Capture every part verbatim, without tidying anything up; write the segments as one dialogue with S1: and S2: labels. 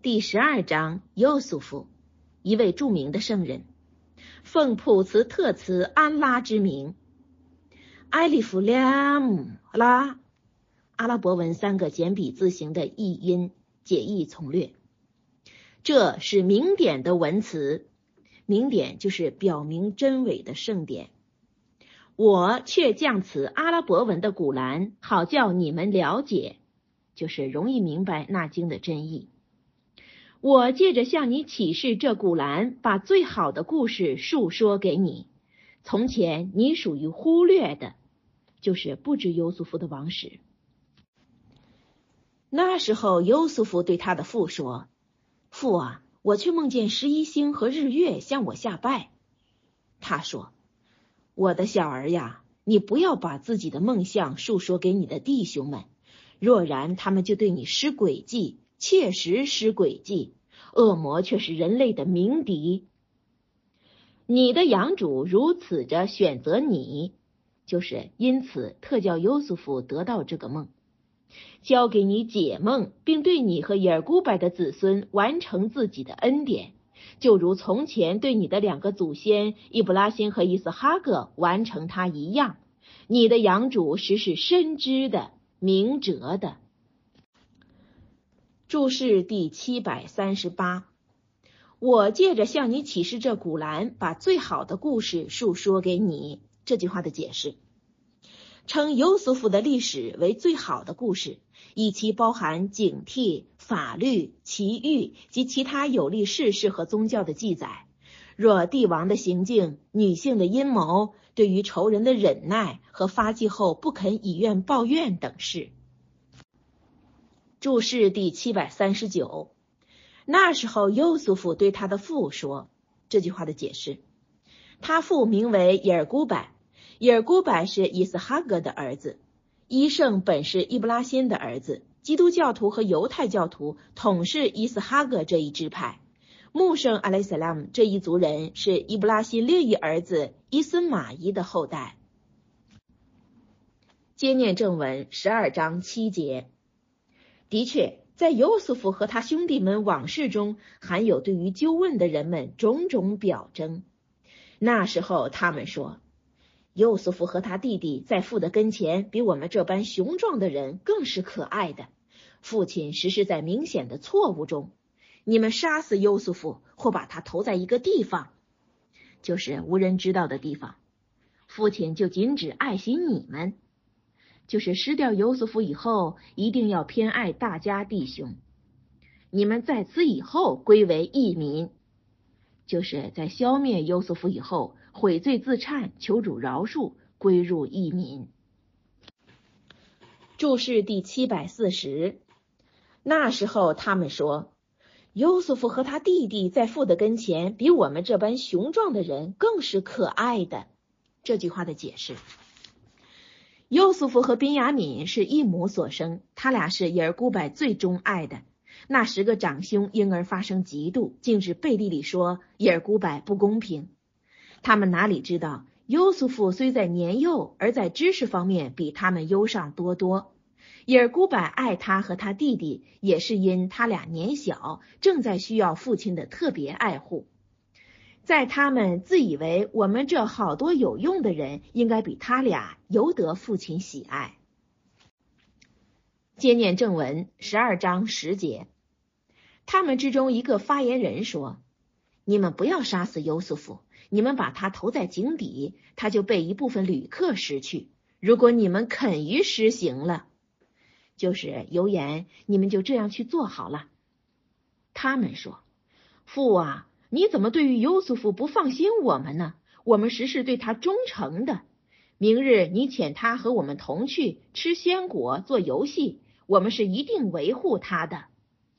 S1: 第十二章，优素夫，一位著名的圣人，奉普茨特茨安拉之名。埃利弗拉姆拉，阿拉伯文三个简笔字形的译音，解译从略。这是明典的文词，明典就是表明真伪的圣典。我却降此阿拉伯文的古兰，好叫你们了解，就是容易明白那经的真意。我借着向你启示这古兰，把最好的故事述说给你。从前你属于忽略的，就是不知优素夫的往事。那时候优素夫对他的父说：父啊，我却梦见十一星和日月向我下拜。他说：我的小儿呀，你不要把自己的梦象述说给你的弟兄们，若然他们就对你施诡计，切实施诡计，恶魔却是人类的鸣笛。你的养主如此着选择你，就是因此特叫优素夫得到这个梦，交给你解梦，并对你和耶尔古柏的子孙完成自己的恩典，就如从前对你的两个祖先伊布拉辛和伊斯哈格完成他一样。你的养主实是深知的、明哲的。注释第七百三十八，我借着向你启示这古兰，把最好的故事述说给你。这句话的解释，称优素夫的历史为最好的故事，以其包含警惕、法律、奇遇及其他有利事实和宗教的记载。若帝王的行径、女性的阴谋、对于仇人的忍耐和发迹后不肯以怨报怨等事。注释第七百三十九，那时候优素夫对他的父说，这句话的解释，他父名为耶尔古柏，耶尔古柏是伊斯哈格的儿子，伊圣本是伊布拉辛的儿子，基督教徒和犹太教徒统是伊斯哈格这一支派，穆圣阿莱萨拉姆这一族人是伊布拉辛另一儿子伊斯玛仪的后代。接念正文十二章七节。的确，在优素夫和他兄弟们往事中，含有对于纠问的人们种种表征。那时候他们说，优素夫和他弟弟在父的跟前，比我们这般雄壮的人更是可爱的。父亲实是在明显的错误中，你们杀死优素夫，或把他投在一个地方，就是无人知道的地方，父亲就禁止爱惜你们。就是失掉优素夫以后，一定要偏爱大家弟兄。你们在此以后归为异民，就是在消灭优素夫以后，悔罪自忏，求主饶恕，归入异民。注释第七百四十，那时候他们说，优素夫和他弟弟在父的跟前，比我们这般雄壮的人更是可爱的。这句话的解释，优素夫和宾雅敏是一母所生，他俩是耶尔古柏最钟爱的。那十个长兄因而发生嫉妒，竟至背地里说耶尔古柏不公平。他们哪里知道，优素夫虽在年幼，而在知识方面比他们优上多多。耶尔古柏爱他和他弟弟，也是因他俩年小，正在需要父亲的特别爱护。在他们自以为我们这好多有用的人应该比他俩尤得父亲喜爱。接念正文十二章十节，他们之中一个发言人说，你们不要杀死优素夫，你们把他投在井底，他就被一部分旅客拾去。如果你们肯于实行了，就是有言你们就这样去做好了。他们说，父啊，你怎么对于优素夫不放心我们呢？我们实是对他忠诚的。明日你遣他和我们同去吃鲜果做游戏，我们是一定维护他的。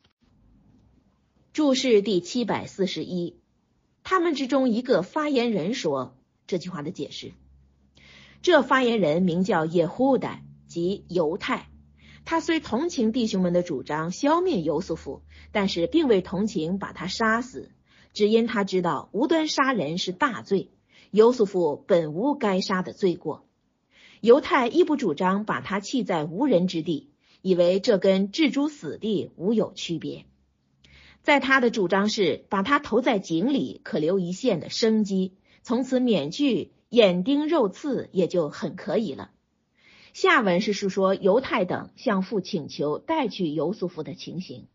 S1: 注释第七百四十一，他们之中一个发言人说，这句话的解释，这发言人名叫耶户代，即犹太。他虽同情弟兄们的主张消灭优素夫，但是并未同情把他杀死，只因他知道无端杀人是大罪，优素夫本无该杀的罪过。犹太亦不主张把他弃在无人之地，以为这跟置诸死地无有区别。 在他的主张是把他投在井里，可留一线的生机，从此免去眼钉肉刺也就很可以了。下文是述说犹太等向父请求带去尤素夫的情形。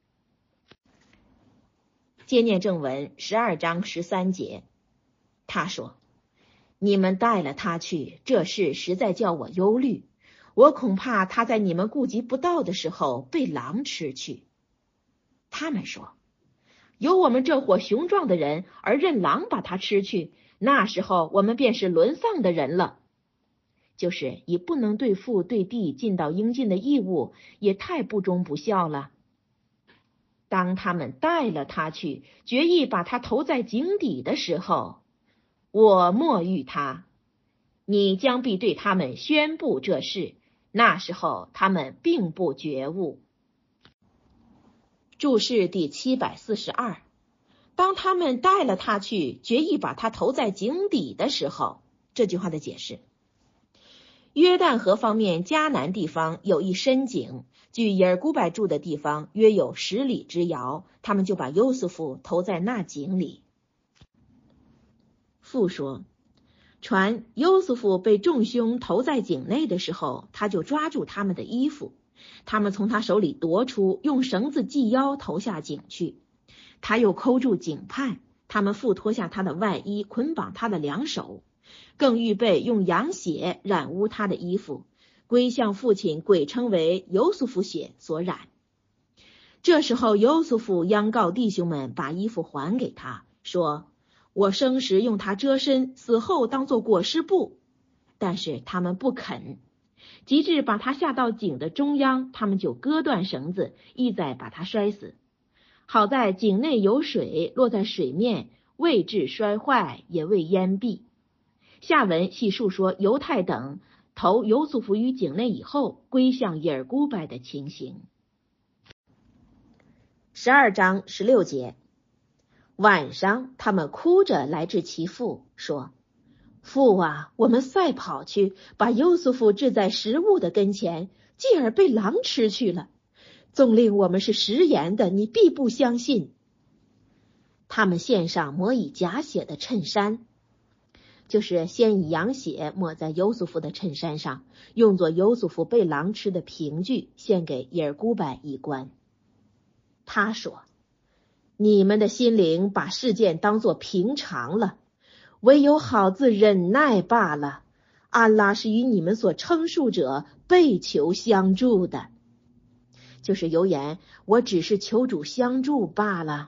S1: 接念正文十二章十三节，他说：你们带了他去，这事实在叫我忧虑，我恐怕他在你们顾及不到的时候被狼吃去。他们说：有我们这伙雄壮的人，而任狼把他吃去，那时候我们便是沦丧的人了。就是以不能对父对弟尽到应尽的义务，也太不忠不孝了。当他们带了他去，决意把他投在井底的时候，我默谕他，你将必对他们宣布这事，那时候他们并不觉悟。注释第七百四十二，当他们带了他去，决意把他投在井底的时候，这句话的解释。约旦河方面迦南地方有一深井，距耶尔古柏住的地方约有十里之遥，他们就把优素夫投在那井里。父说，传优素夫被众兄投在井内的时候，他就抓住他们的衣服，他们从他手里夺出，用绳子系腰投下井去。他又扣住井畔，他们复脱下他的外衣，捆绑他的两手，更预备用羊血染污他的衣服，归向父亲，鬼称为尤素夫血所染。这时候尤素夫央告弟兄们把衣服还给他，说，我生时用它遮身，死后当作裹尸布。但是他们不肯，及至把他下到井的中央，他们就割断绳子，意在把他摔死。好在井内有水，落在水面，未致摔坏，也未淹毙。下文细述说犹太等投尤素夫于井内以后，归向耶尔古柏的情形。十二章十六节，晚上他们哭着来至其父，说，父啊，我们赛跑去，把尤素夫置在食物的跟前，继而被狼吃去了。纵令我们是食言的，你必不相信。他们献上抹以假血的衬衫，就是先以羊血抹在尤素夫的衬衫上，用作尤素夫被狼吃的凭据，献给耶尔古柏一观。他说，你们的心灵把事件当作平常了，唯有好自忍耐罢了。安拉是与你们所称述者被求相助的，就是有言，我只是求主相助罢了。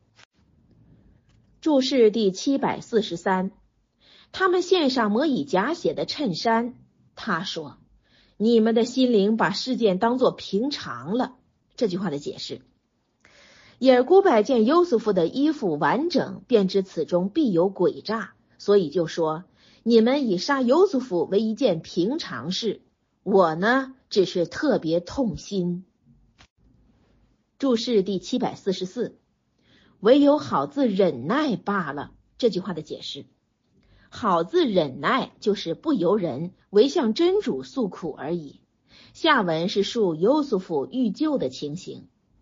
S1: 注释第七百四十三，他们献上抹以假血的衬衫。他说，你们的心灵把事件当作平常了。这句话的解释，耶尔古柏见优素夫的衣服完整，便知此中必有诡诈，所以就说，你们以杀优素夫为一件平常事，我呢只是特别痛心。注释第七百四十四，唯有好自忍耐罢了。这句话的解释，好自忍耐就是不由人，唯向真主诉苦而已。下文是述优素夫遇救的情形。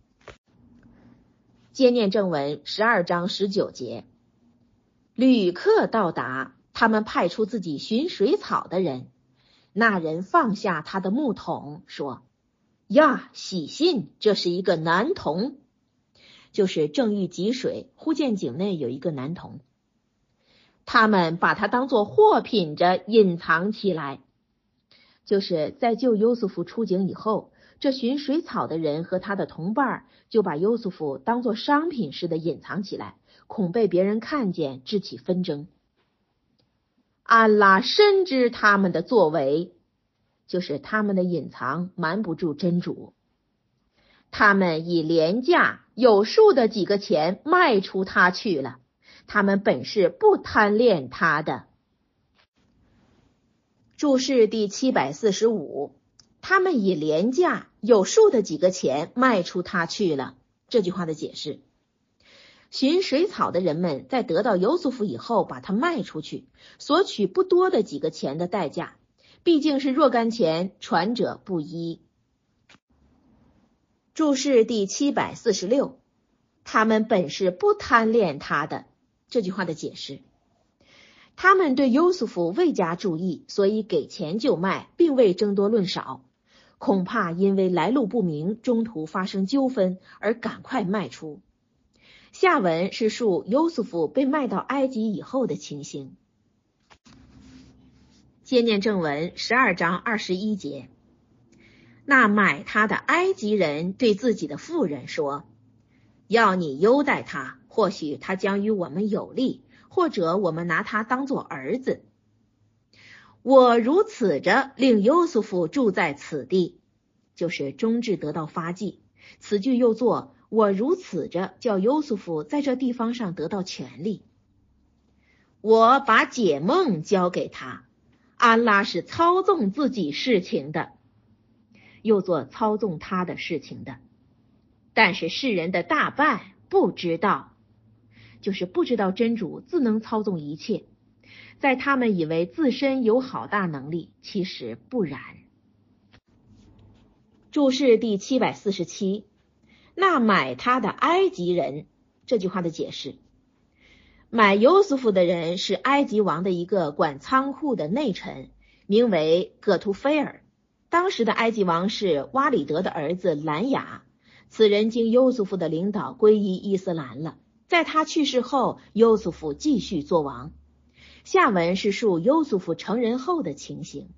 S1: 接念正文十二章十九节，旅客到达，他们派出自己寻水草的人，那人放下他的木桶，说，呀，喜信，这是一个男童。就是正欲汲水，忽见井内有一个男童，他们把他当作货品着隐藏起来。就是在救优素夫出井以后，这寻水草的人和他的同伴就把优素夫当作商品似的隐藏起来，恐被别人看见，致起纷争。安拉深知他们的作为，就是他们的隐藏瞒不住真主。他们以廉价有数的几个钱卖出他去了，他们本是不贪恋他的。注释第七百四十五，他们以廉价有数的几个钱卖出他去了。这句话的解释，寻水草的人们在得到尤素夫以后，把他卖出去，索取不多的几个钱的代价，毕竟是若干钱，传者不一。注释第七百四十六， 他们本是不贪恋他的。这句话的解释，他们对优素福未加注意，所以给钱就卖，并未争多论少，恐怕因为来路不明，中途发生纠纷而赶快卖出。下文是述优素福被卖到埃及以后的情形。接念正文十二章二十一节，那买他的埃及人对自己的妇人说，要你优待他，或许他将与我们有利，或者我们拿他当作儿子。我如此着令优素福住在此地，就是终至得到发迹。此句又作我如此着叫优素福在这地方上得到权利。我把解梦交给他，安拉是操纵自己事情的，又作操纵他的事情的。但是世人的大半不知道，就是不知道真主自能操纵一切，在他们以为自身有好大能力，其实不然。注释第七百四十七，那买他的埃及人，这句话的解释，买优素福的人是埃及王的一个管仓库的内臣，名为葛图菲尔。当时的埃及王是瓦里德的儿子兰雅，此人经优素福的领导皈依伊斯兰了。在他去世后，优素福继续做王。下文是述优素福成人后的情形。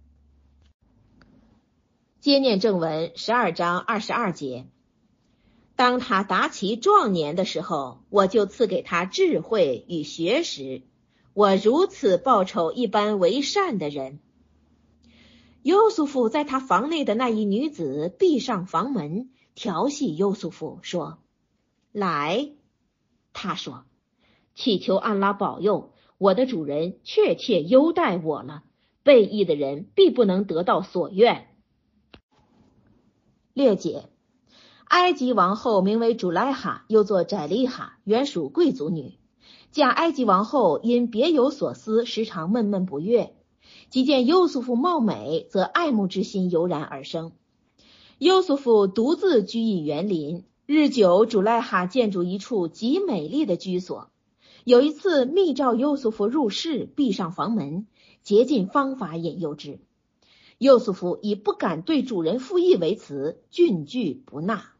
S1: 接念正文十二章二十二节，当他达其壮年的时候，我就赐给他智慧与学识，我如此报酬一般为善的人。优素福在他房内的那一女子闭上房门，调戏优素福说，来。他说，祈求安拉保佑，我的主人确切优待我了，背义的人必不能得到所愿。略解，埃及王后名为主莱哈，又作窄利哈，原属贵族女。嫁埃及王后因别有所思，时常闷闷不悦，即见优素福貌美，则爱慕之心油然而生。优素福独自居于园林，日久，主莱哈建筑一处极美丽的居所。有一次密召优素福入室，闭上房门，竭尽方法引诱之。优素福以不敢对主人负义为辞，峻拒不纳。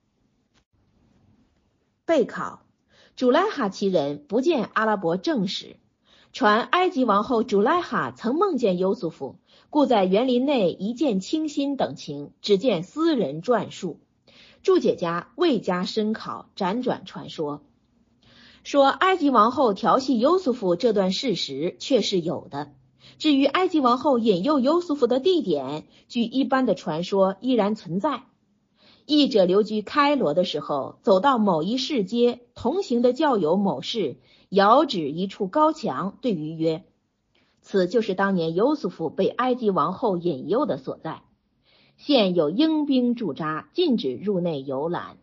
S1: 备考，主莱哈其人不见阿拉伯正史，传埃及王后主莱哈曾梦见优素福，故在园林内一见倾心等情，只见私人传述。注解家未加深考，辗转传说，说埃及王后调戏优素福这段事实确是有的。至于埃及王后引诱优素福的地点，据一般的传说依然存在。译者留居开罗的时候，走到某一市街，同行的教友某士遥指一处高墙，对于曰，此就是当年优素福被埃及王后引诱的所在，现有英兵驻扎，禁止入内游览。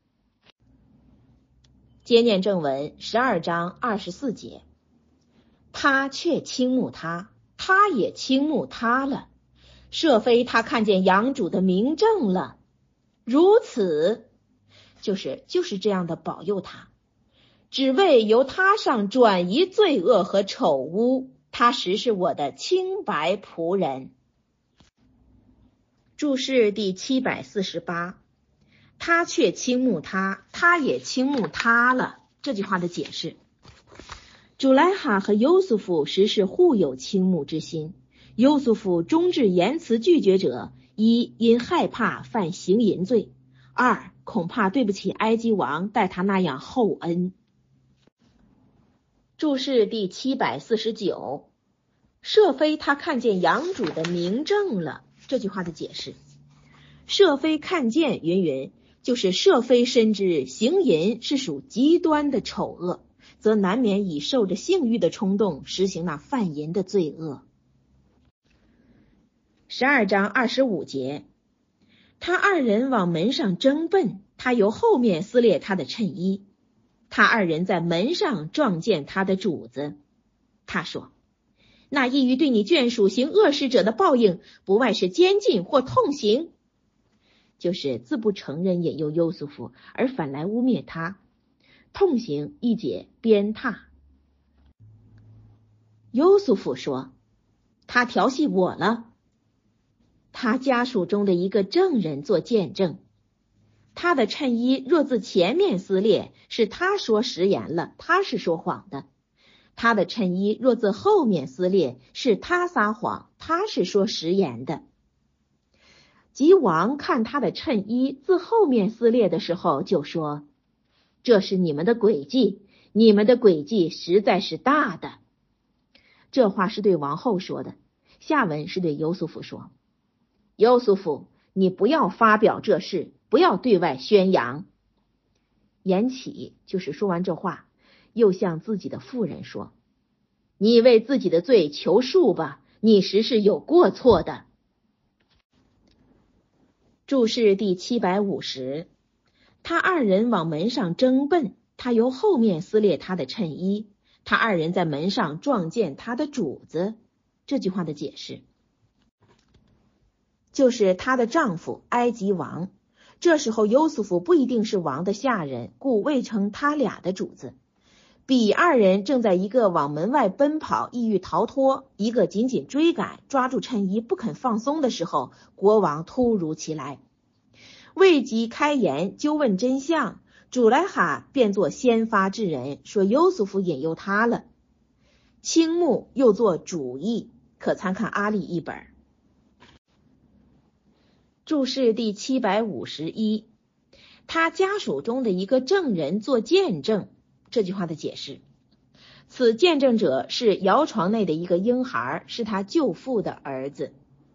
S1: 接念正文十二章二十四节，他却倾慕他，他也倾慕他了，设非他看见养主的明证了，如此就是就是这样的保佑他，只为由他上转移罪恶和丑污，他实是我的清白仆人。注释第七百四十八，他却倾慕他，他也倾慕他了。这句话的解释，主莱哈和优素福实是互有倾慕之心。优素福终至言辞拒绝者，一因害怕犯行淫罪，二恐怕对不起埃及王待他那样厚恩。注释第七百四十九，设非他看见养主的明证了。这句话的解释，设非看见云云，就是设非深知行淫是属极端的丑恶，则难免以受着性欲的冲动实行那犯淫的罪恶。十二章二十五节，他二人往门上争奔，他由后面撕裂他的衬衣，他二人在门上撞见他的主子。他说，那意欲对你眷属行恶事者的报应，不外是监禁或痛刑，就是自不承认引诱优素福，而反来污蔑他。 痛刑一节鞭挞。优素福说，他调戏我了。他家属中的一个证人做见证，他的衬衣若自前面撕裂，是他说食言了，他是说谎的；他的衬衣若自后面撕裂，是他撒谎，他是说食言的。吉王看他的衬衣自后面撕裂的时候，就说：这是你们的诡计，你们的诡计实在是大的。这话是对王后说的，下文是对优素福说：优素福，你不要发表这事，不要对外宣扬。言起就是说完这话，又向自己的妇人说：你为自己的罪求恕吧，你实是有过错的。注释第七百五十，他二人往门上争奔，他由后面撕裂他的衬衣，他二人在门上撞见他的主子。这句话的解释就是他的丈夫埃及王，这时候优素福不一定是王的下人，故未称他俩的主子。彼二人正在一个往门外奔跑，意欲逃脱，一个紧紧追赶，抓住衬衣不肯放松的时候，国王突如其来，未及开言究问真相，主莱哈便作先发制人，说优素福引诱他了。青木又作主意，可参看阿里一本。注释第七百五十一，他家属中的一个证人做见证。这句话的解释，此见证者是摇床内的一个婴孩，是他舅父的儿子。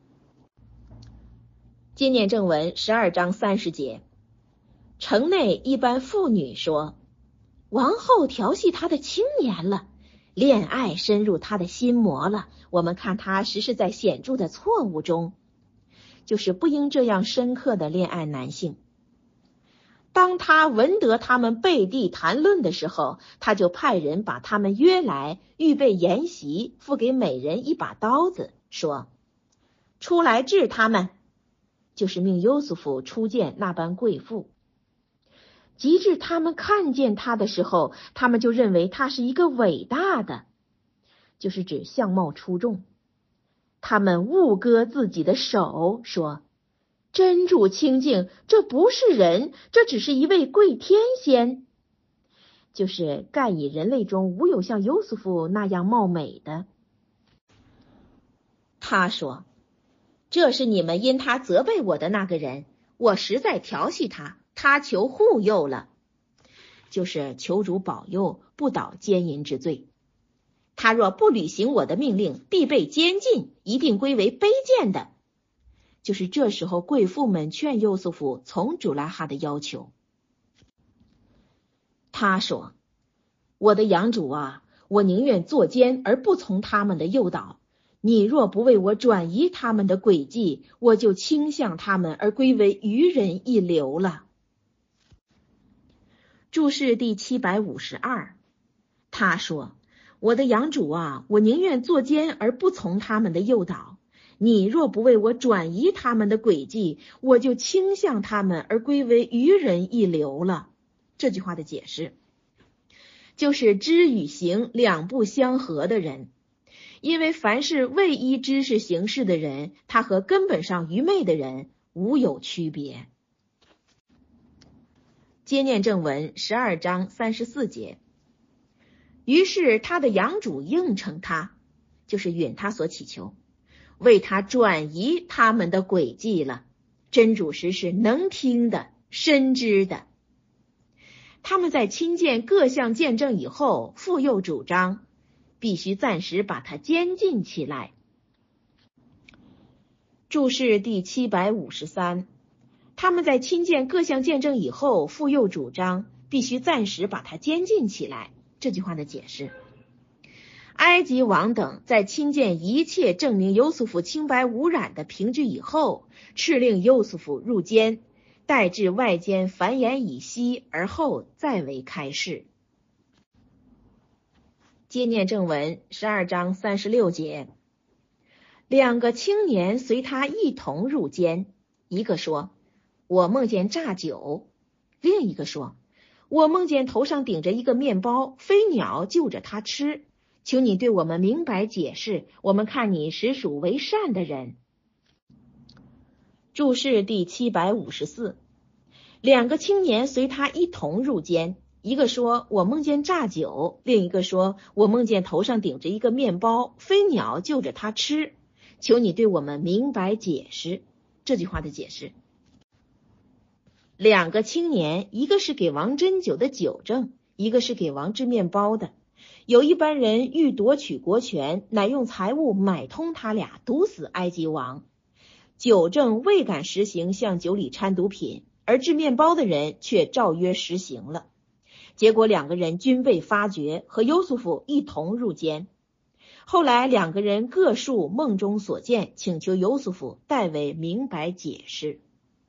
S1: 接念正文十二章三十节，城内一般妇女说，王后调戏他的青年了，恋爱深入他的心魔了，我们看他实是在显著的错误中，就是不应这样深刻的恋爱男性。当他闻得他们背地谈论的时候，他就派人把他们约来，预备筵席，付给每人一把刀子，说：出来治他们，就是命优素福出见那般贵妇。及至他们看见他的时候，他们就认为他是一个伟大的，就是指相貌出众。他们误割自己的手，说：真主清净，这不是人，这只是一位贵天仙，就是盖以人类中无有像优素福那样貌美的。他说：这是你们因他责备我的那个人，我实在调戏他，他求护佑了，就是求主保佑不倒奸淫之罪。他若不履行我的命令，必被监禁，一定归为卑贱的。就是这时候贵妇们劝优素福从主拉哈的要求。他说：我的养主啊，我宁愿作奸而不从他们的诱导，你若不为我转移他们的诡计，我就倾向他们而归为愚人一流了。注释第七百五十二，他说：我的养主啊，我宁愿作奸而不从他们的诱导，你若不为我转移他们的诡计，我就倾向他们而归为愚人一流了。这句话的解释就是知与行两不相合的人，因为凡是未依知识行事的人，他和根本上愚昧的人无有区别。接念正文十二章三十四节，于是他的养主应承他，就是允他所祈求，为他转移他们的诡计了。真主实是能听的，深知的。他们在亲见各项见证以后，复又主张必须暂时把他监禁起来。注释第七百五十三，他们在亲见各项见证以后，复又主张必须暂时把他监禁起来。这句话的解释，埃及王等在亲见一切证明优素福清白无染的凭据以后，敕令优素福入监，待至外间繁衍以息，而后再为开示。接念正文十二章三十六节，两个青年随他一同入监，一个说：我梦见榨酒，另一个说： 我梦见头上顶着一个面包，飞鸟就着它吃，求你对我们明白解释，我们看你实属为善的人。注释第七百五十四。两个青年随他一同入监，一个说我梦见榨酒，另一个说我梦见头上顶着一个面包，飞鸟就着它吃，求你对我们明白解释。这句话的解释，两个青年，一个是给王斟酒的酒政，一个是给王制面包的。有一般人欲夺取国权，乃用财物买通他俩，毒死埃及王。酒政未敢实行向酒里掺毒品，而制面包的人却照约实行了。结果两个人均被发觉，和优素福一同入监。后来两个人各述梦中所见，请求优素福代为明白解释。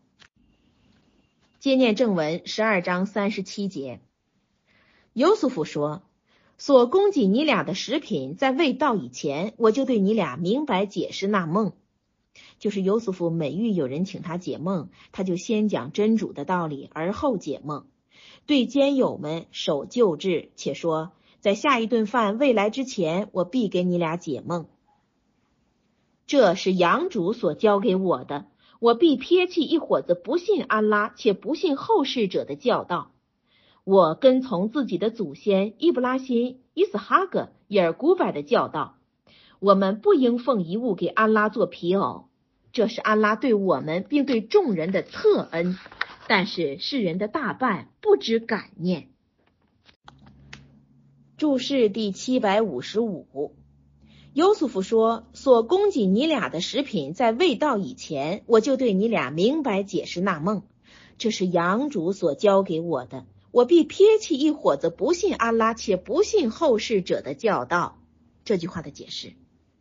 S1: 接念正文十二章三十七节。优素福说，所供给你俩的食品在未到以前，我就对你俩明白解释那梦。就是优素福每遇有人请他解梦，他就先讲真主的道理，而后解梦。对监友们守旧制，且说在下一顿饭未来之前，我必给你俩解梦。这是养主所教给我的，我必撇弃一伙子不信安拉且不信后世者的教导。我跟从自己的祖先伊布拉辛、伊斯哈格、伊尔古柏的教导，我们不应奉一物给安拉做皮偶，这是安拉对我们并对众人的特恩，但是世人的大半不知感念。注释第七百五十五。优素福说，所供给你俩的食品在未到以前，我就对你俩明白解释那梦。这是养主所教给我的，我必撇弃一伙子不信安拉且不信后世者的教导。这句话的解释。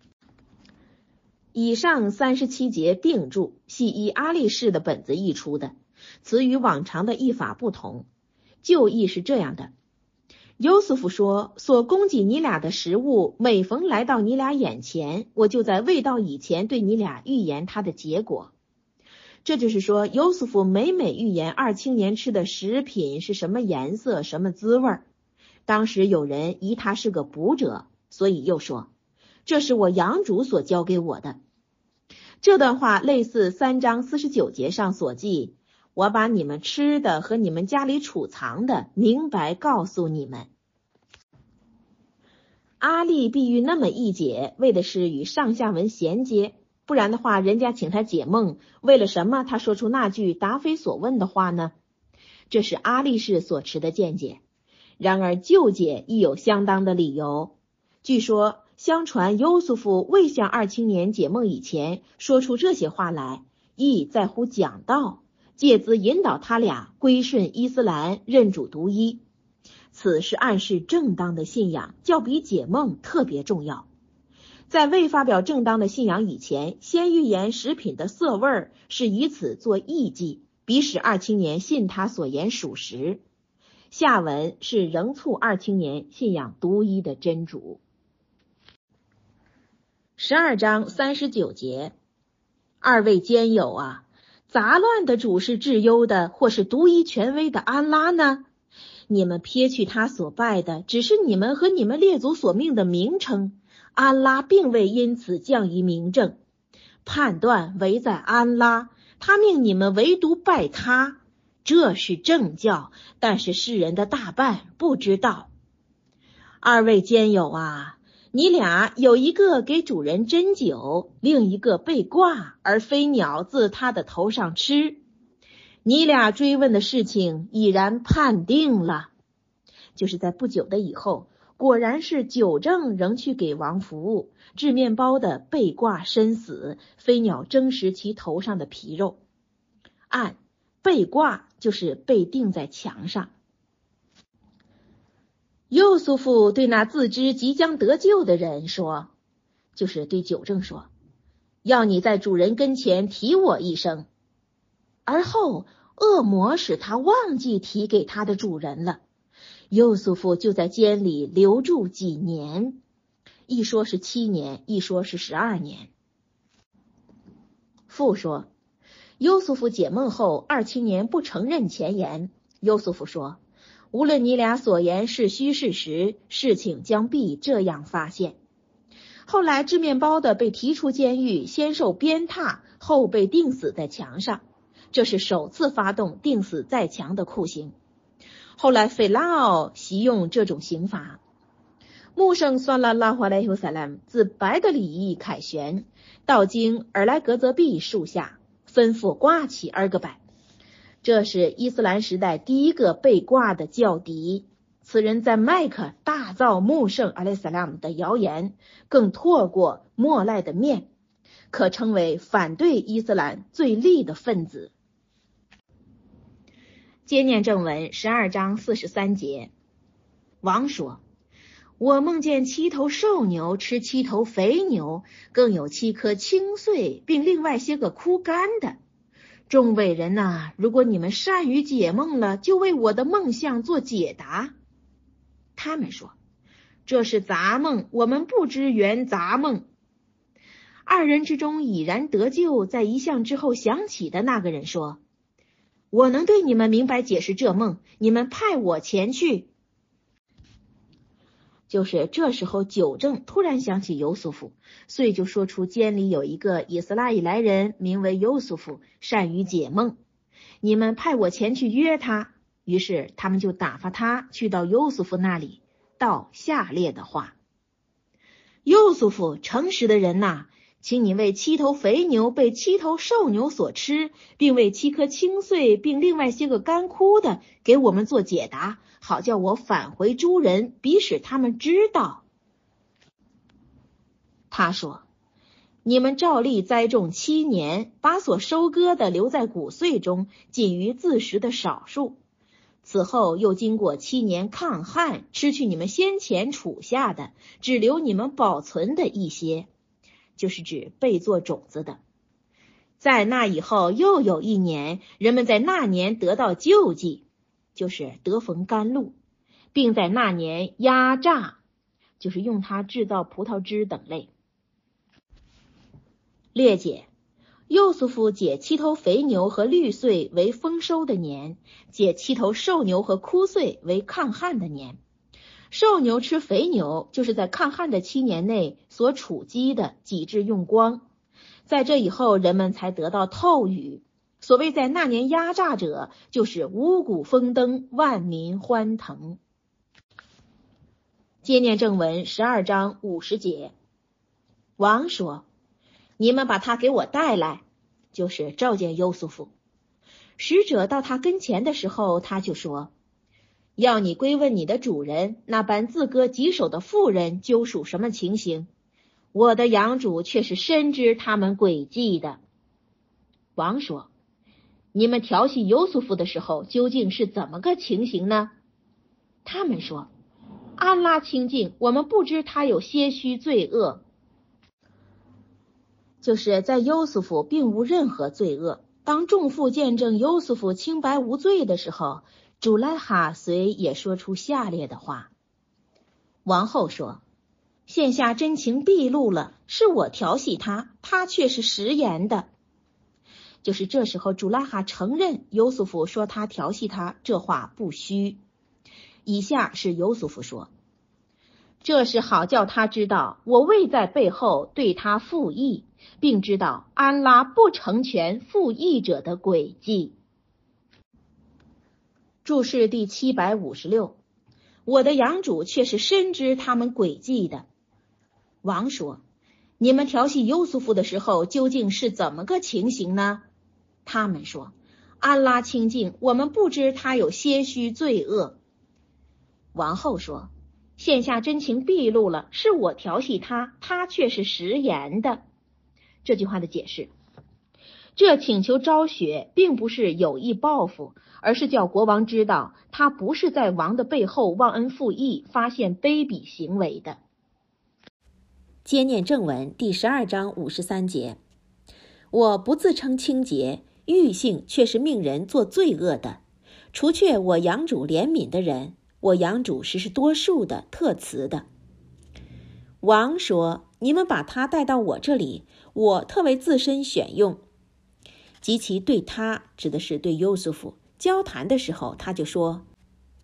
S1: 以上三十七节并注系依阿力士的本子译出的，此与往常的译法不同。旧译是这样的：优素福说，所供给你俩的食物每逢来到你俩眼前，我就在未到以前对你俩预言它的结果。这就是说，优素福每每预言二青年吃的食品是什么颜色什么滋味。当时有人疑他是个卜者，所以又说，这是我养主所教给我的。这段话类似三章四十九节上所记，我把你们吃的和你们家里储藏的明白告诉你们。阿力必欲那么译解，为的是与上下文衔接，不然的话人家请他解梦，为了什么他说出那句答非所问的话呢？这是阿力士所持的见解。然而旧解亦有相当的理由。据说相传优素福未向二青年解梦以前说出这些话来，亦在乎讲道，借资引导他俩归顺伊斯兰，认主独一。此是暗示正当的信仰，较比解梦特别重要。在未发表正当的信仰以前，先预言食品的色味，是以此做艺伎，彼使二青年信他所言属实。下文是仍促二青年信仰独一的真主。十二章三十九节。二位监友啊，杂乱的主是至优的，或是独一权威的安拉呢？你们撇去他所拜的，只是你们和你们列祖所命的名称，安拉并未因此降于明正。判断唯在安拉，他命你们唯独拜他，这是正教，但是世人的大半不知道。二位监友啊，你俩有一个给主人斟酒，另一个被挂，而飞鸟自他的头上吃。你俩追问的事情已然判定了。就是在不久的以后，果然是酒政仍去给王服务，制面包的被挂身死，飞鸟争食其头上的皮肉。按被挂就是被钉在墙上。优素福对那自知即将得救的人说，就是对酒政说，要你在主人跟前提我一声。而后恶魔使他忘记提给他的主人了。优素福就在监里留住几年，一说是七年，一说是十二年。父说，优素福解梦后，二青年不承认前言。优素福说， 无论你俩所言是虚是实，事情将必这样发现。后来制面包的被提出监狱，先受鞭挞，后被钉死在墙上，这是首次发动钉死在墙的酷刑。后来费拉奥习用这种刑罚。穆圣算拉拉华莱尤萨兰自白的里义凯旋，到经尔莱格泽壁树下，吩咐挂起二个摆。这是伊斯兰时代第一个被挂的教敌。此人在麦克大造穆圣阿莱萨拉姆的谣言，更拓过莫赖的面，可称为反对伊斯兰最厉的分子。接念正文十二章四十三节，王说：我梦见七头瘦牛吃七头肥牛，更有七颗青穗，并另外些个枯干的。众伟人呐、啊，如果你们善于解梦了，就为我的梦象做解答。他们说：这是杂梦，我们不知原杂梦。二人之中已然得救，在一向之后想起的那个人说：我能对你们明白解释这梦，你们派我前去。就是这时候九正突然想起尤素夫，遂就说出监里有一个以斯拉以来人，名为尤素夫，善于解梦，你们派我前去约他。于是他们就打发他去到尤素夫那里，道下列的话：尤素夫，诚实的人呐、啊，请你为七头肥牛被七头瘦牛所吃，并为七颗青穗并另外些个干枯的给我们做解答，好叫我返回诸人，彼使他们知道。他说：你们照例栽种七年，把所收割的留在谷穗中，仅于自食的少数。此后又经过七年抗旱，吃去你们先前储下的，只留你们保存的一些，就是指被作种子的。在那以后又有一年，人们在那年得到救济，就是得逢甘露，并在那年压榨，就是用它制造葡萄汁等类。略解：幼素夫解七头肥牛和绿穗为丰收的年，解七头瘦牛和枯穗为抗旱的年。瘦牛吃肥牛，就是在抗旱的七年内所储积的几至用光，在这以后人们才得到透雨。所谓在那年压榨者，就是五谷丰登，万民欢腾。接念正文十二章五十节，王说：你们把他给我带来，就是召见优素夫。使者到他跟前的时候，他就说：要你归问你的主人，那般自割己手的妇人究属什么情形？我的养主却是深知他们诡计的。王说：你们调戏优素夫的时候，究竟是怎么个情形呢？他们说：安拉清净，我们不知他有些许罪恶。就是在优素夫并无任何罪恶。当众妇见证优素夫清白无罪的时候，主莱哈随也说出下列的话。王后说：现下真情毕露了，是我调戏他，他却是食言的。就是这时候主拉哈承认优素夫说他调戏他，这话不虚。以下是优素夫说：这是好叫他知道我未在背后对他附议，并知道安拉不成全附议者的诡计。注释第七百五十六，我的养主却是深知他们诡计的。王说：你们调戏优素夫的时候究竟是怎么个情形呢？他们说：安拉清净，我们不知他有些许罪恶。王后说：现下真情毕露了，是我调戏他，他却是食言的。这句话的解释：这请求昭雪并不是有意报复，而是叫国王知道他不是在王的背后忘恩负义，发现卑鄙行为的。接念正文第十二章五十三节，我不自称清洁，欲性却是命人做罪恶的，除却我养主怜悯的人，我养主实是多数的特慈的。王说：你们把他带到我这里，我特为自身选用。及其对他，指的是对优素夫交谈的时候，他就说：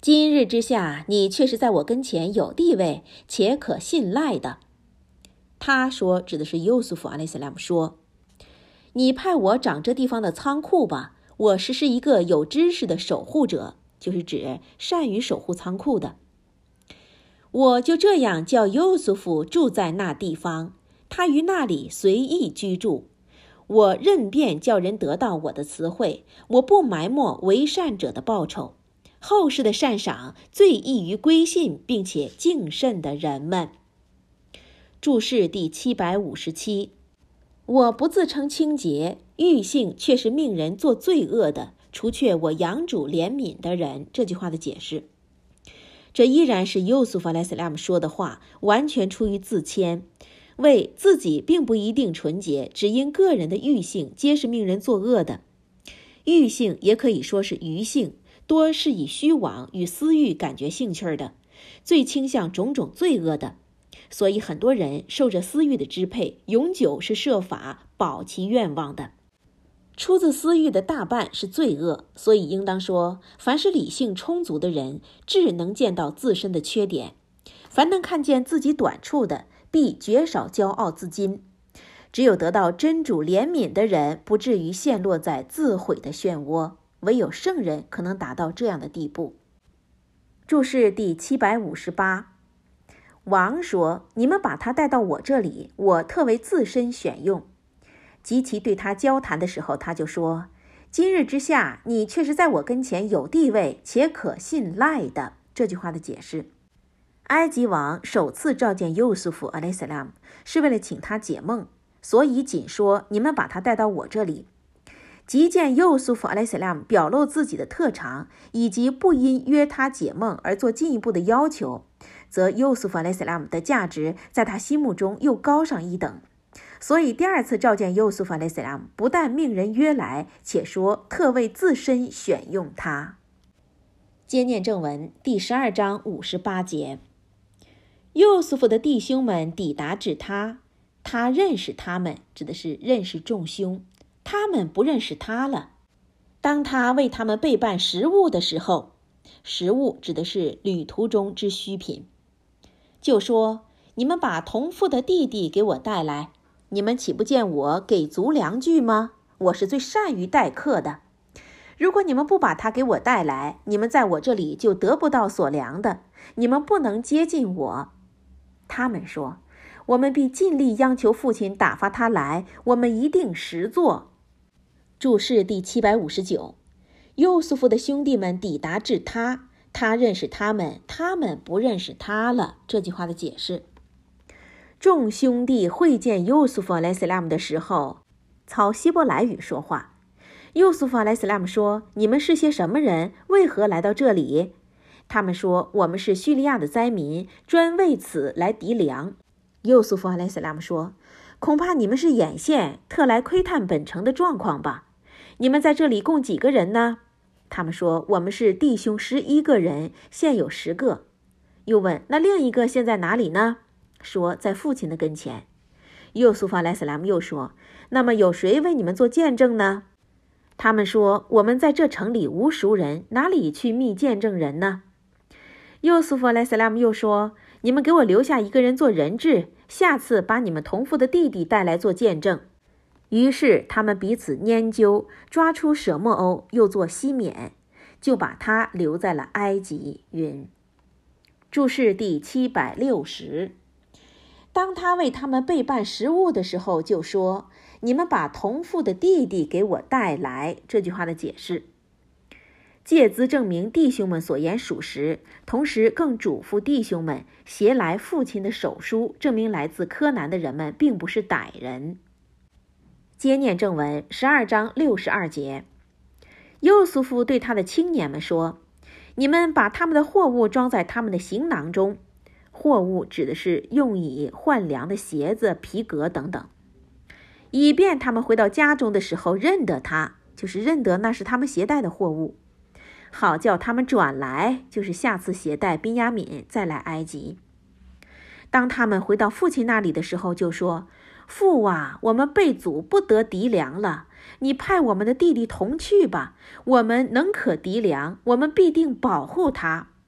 S2: 今日之下，你却是在我跟前有地位且可信赖的。他说，指的是优素福阿莱斯拉姆说，你派我掌这地方的仓库吧，我实是一个有知识的守护者，就是指善于守护仓库的。我就这样叫优素福住在那地方，他于那里随意居住。我任便叫人得到我的词汇，我不埋没为善者的报酬。后世的善赏最易于归信并且敬慎的人们。注释第七百五十七，我不自称清洁，欲性却是命人做罪恶的，除却我养主怜悯的人。这句话的解释，这依然是优素福阿莱斯拉姆说的话，完全出于自谦，为自己并不一定纯洁，只因个人的欲性皆是命人作恶的。欲性也可以说是愚性，多是以虚妄与私欲感觉兴趣的，最倾向种种罪恶的。所以很多人受着私欲的支配，永久是设法保其愿望的。出自私欲的大半是罪恶，所以应当说，凡是理性充足的人，智能见到自身的缺点，凡能看见自己短处的，必绝少骄傲自矜。只有得到真主怜悯的人，不至于陷落在自毁的漩涡，唯有圣人可能达到这样的地步。注释第七百五十八，王说，你们把他带到我这里，我特为自身选用。及其对他交谈的时候，他就说，今日之下，你却是在我跟前有地位且可信赖的。这句话的解释，埃及王首次召见优素福阿莱斯拉姆，是为了请他解梦，所以仅说你们把他带到我这里。即见优素福阿莱斯拉姆表露自己的特长，以及不因约他解梦而做进一步的要求，则优素福阿莱斯拉姆的价值在他心目中又高上一等。所以第二次召见优素福阿莱斯拉姆，不但命人约来，且说特为自身选用他。接念正文第十二章五十八节，优素福的弟兄们抵达至他，他认识他们，指的是认识众兄，他们不认识他了。当他为他们备办食物的时候，食物指的是旅途中之需品，就说，你们把同父的弟弟给我带来，你们岂不见我给足粮具吗？我是最善于待客的。如果你们不把他给我带来，你们在我这里就得不到所粮的，你们不能接近我。他们说，我们必尽力央求父亲打发他来，我们一定实做。注释第七百五十九，优素福的兄弟们抵达至他，他认识他们，他们不认识他了。这句话的解释，众兄弟会见优素福阿莱斯拉姆的时候，操希伯来语说话。优素福阿莱斯拉姆说，你们是些什么人？为何来到这里？他们说，我们是叙利亚的灾民，专为此来籴粮。优素福阿莱斯拉姆说，恐怕你们是眼线，特来窥探本城的状况吧。你们在这里共几个人呢？他们说，我们是弟兄十一个人，现有十个。又问，那另一个现在哪里呢？说，在父亲的跟前。优素福阿莱斯拉姆又说，那么有谁为你们做见证呢？他们说，我们在这城里无熟人，哪里去觅见证人呢？优素福阿莱斯拉姆又说，你们给我留下一个人做人质，下次把你们同父的弟弟带来做见证。于是他们彼此研究，抓出舍莫欧，又做西缅，就把他留在了埃及。云。注释第七百六十，当他为他们备办食物的时候，就说，你们把同父的弟弟给我带来。这句话的解释，借资证明弟兄们所言属实，同时更嘱咐弟兄们携来父亲的手书，证明来自柯南的人们并不是歹人。接念正文十二章六十二节，优素福对他的青年们说，你们把他们的货物装在他们的行囊中。货物指的是用以换粮的鞋子、皮革等等，以便他们回到家中的时候认得他，就是认得那是他们携带的货物，好叫他们转来，就是下次携带宾雅悯再来埃及。当他们回到父亲那里的时候，就说，父啊，我们被阻不得籴粮了，你派我们的弟弟同去吧，我们能可籴粮，我们必定保护他。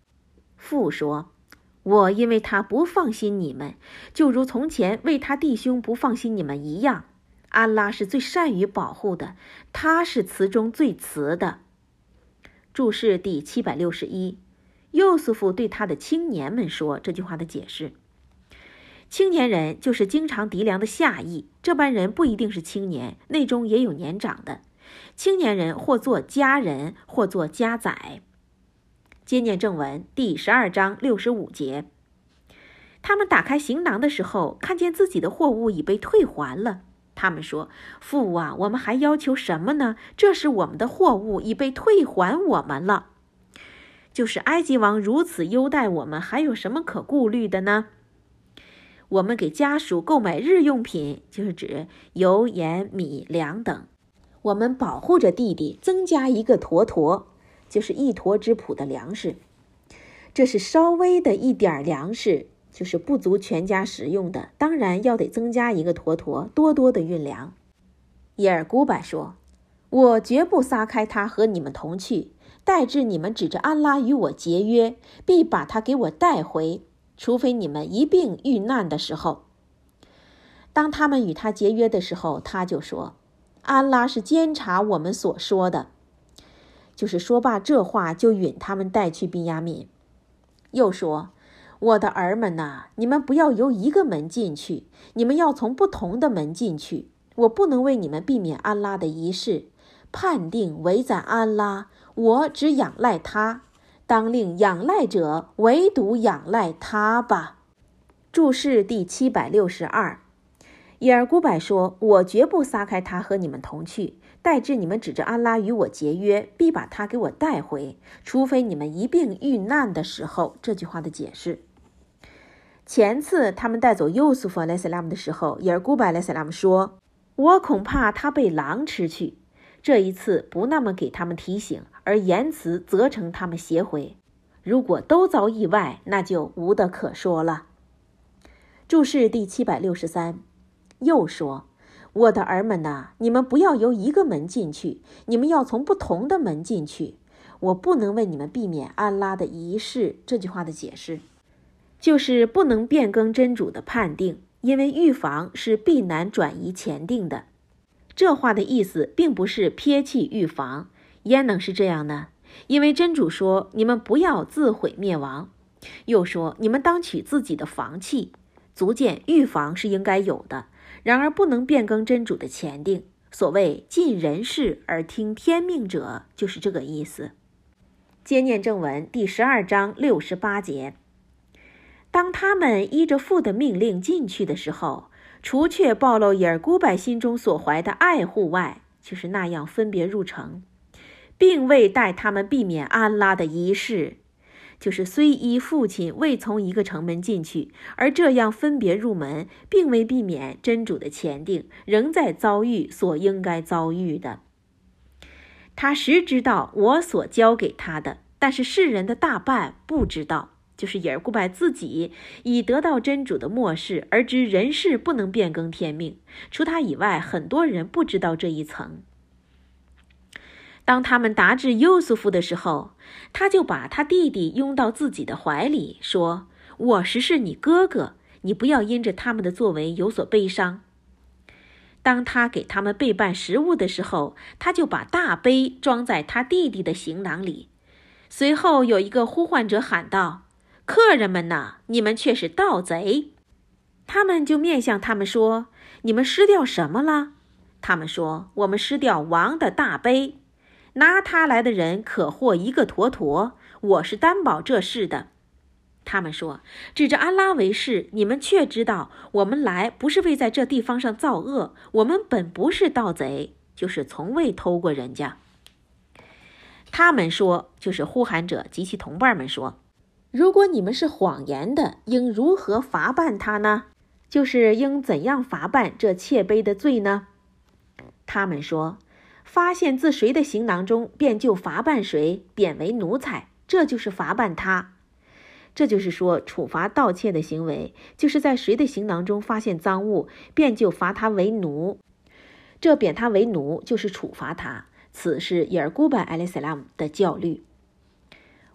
S2: 父说，我因为他不放心你们，就如从前为他弟兄不放心你们一样。安拉是最善于保护的，他是慈中最慈的。注释第七百六十一，幼苏夫对他的青年们说这句话的解释。青年人就是经常敌粮的下役，这般人不一定是青年，内中也有年长的。青年人或做家人，或做家宰。接念正文第十二章六十五节。他们打开行囊的时候，看见自己的货物已被退还了。他们说，父啊，我们还要求什么呢？这是我们的货物已被退还我们了。就是埃及王如此优待我们，还有什么可顾虑的呢？我们给家属购买日用品，就是指油、盐、米、粮等。我们保护着弟弟，增加一个坨坨，就是一坨之谱的粮食。这是稍微的一点粮食，就是不足全家食用的，当然要得增加一个坨坨，多多的运粮。耶尔古柏说，我绝不撒开他和你们同去，待至你们指着安拉与我结约，必把他给我带回，除非你们一并遇难的时候。当他们与他结约的时候，他就说，安拉是监察我们所说的。就是说罢这话，就允他们带去宾雅悯。又说，我的儿们哪，你们不要由一个门进去，你们要从不同的门进去。我不能为你们避免安拉的仪式，判定唯在安拉，我只仰赖他，当令仰赖者唯独仰赖他吧。注释第七百六十二。耶尔古柏说，我绝不撒开他和你们同去，待至你们指着安拉与我结约，必把他给我带回，除非你们一并遇难的时候。这句话的解释。前次他们带走幼苏夫 a 塞拉姆的时候，耶尔古柏 a 塞拉姆说，我恐怕他被狼吃去。这一次不那么给他们提醒，而言辞责成他们写回。如果都遭意外，那就无得可说了。注释第七百六十三。又说，我的儿们哪，你们不要由一个门进去，你们要从不同的门进去。我不能为你们避免安拉的仪式。这句话的解释就是不能变更真主的判定，因为预防是必难转移前定的。这话的意思并不是撇弃预防，焉能是这样呢？因为真主说，你们不要自毁灭亡，又说你们当取自己的防器，足见预防是应该有的，然而不能变更真主的前定。所谓尽人事而听天命者，就是这个意思。接念正文第十二章六十八节。当他们依着父的命令进去的时候，除却暴露耶尔古柏心中所怀的爱护外，就是那样分别入城，并未待他们避免安拉的仪式，就是虽依父亲未从一个城门进去，而这样分别入门，并未避免真主的前定，仍在遭遇所应该遭遇的。他实知道我所交给他的，但是世人的大半不知道，就是耶尔古柏自己已得到真主的默示，而知人事不能变更天命，除他以外，很多人不知道这一层。当他们达至幼苏夫的时候，他就把他弟弟拥到自己的怀里，说，我实是你哥哥，你不要因着他们的作为有所悲伤。当他给他们备办食物的时候，他就把大杯装在他弟弟的行囊里。随后有一个呼唤者喊道，客人们哪，你们却是盗贼。他们就面向他们说，你们失掉什么了？他们说，我们失掉王的大杯，拿他来的人可获一个坨坨，我是担保这事的。他们说，指着安拉为誓，你们却知道我们来不是为在这地方上造恶，我们本不是盗贼，就是从未偷过人家。他们说，就是呼喊者及其同伴们说，如果你们是谎言的，应如何罚办他呢？就是应怎样罚办这窃杯的罪呢？他们说，发现自谁的行囊中，便就罚办谁，贬为奴才，这就是罚办他。这就是说，处罚盗窃的行为，就是在谁的行囊中发现赃物，便就罚他为奴。这贬他为奴，就是处罚他。此是耶尔古柏 a 塞拉姆的教律。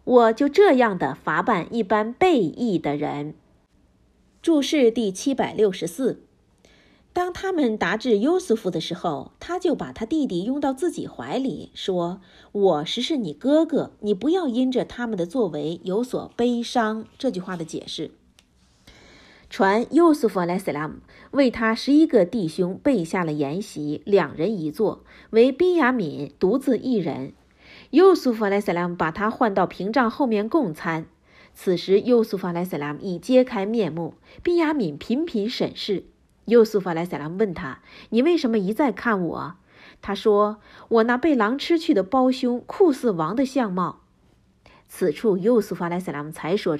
S2: 我就这样的罚办一般悖逆的人。注释第七百六十四。当他们达至优素夫的时候，他就把他弟弟拥到自己怀里，说：我实是你哥哥，你不要因着他们的作为有所悲伤。这句话的解释，传优素夫 ·a······················································································································为他十一个弟兄备下了遗作，为宾雅悯独自一人。优素夫 ·a·······················································································································此时优素夫 ·a·······································································································································优素夫 ·a·····················································································································他说：我那被狼吃去的胞兄酷兄酷似王的相貌。此处优素夫 ·a··················································································································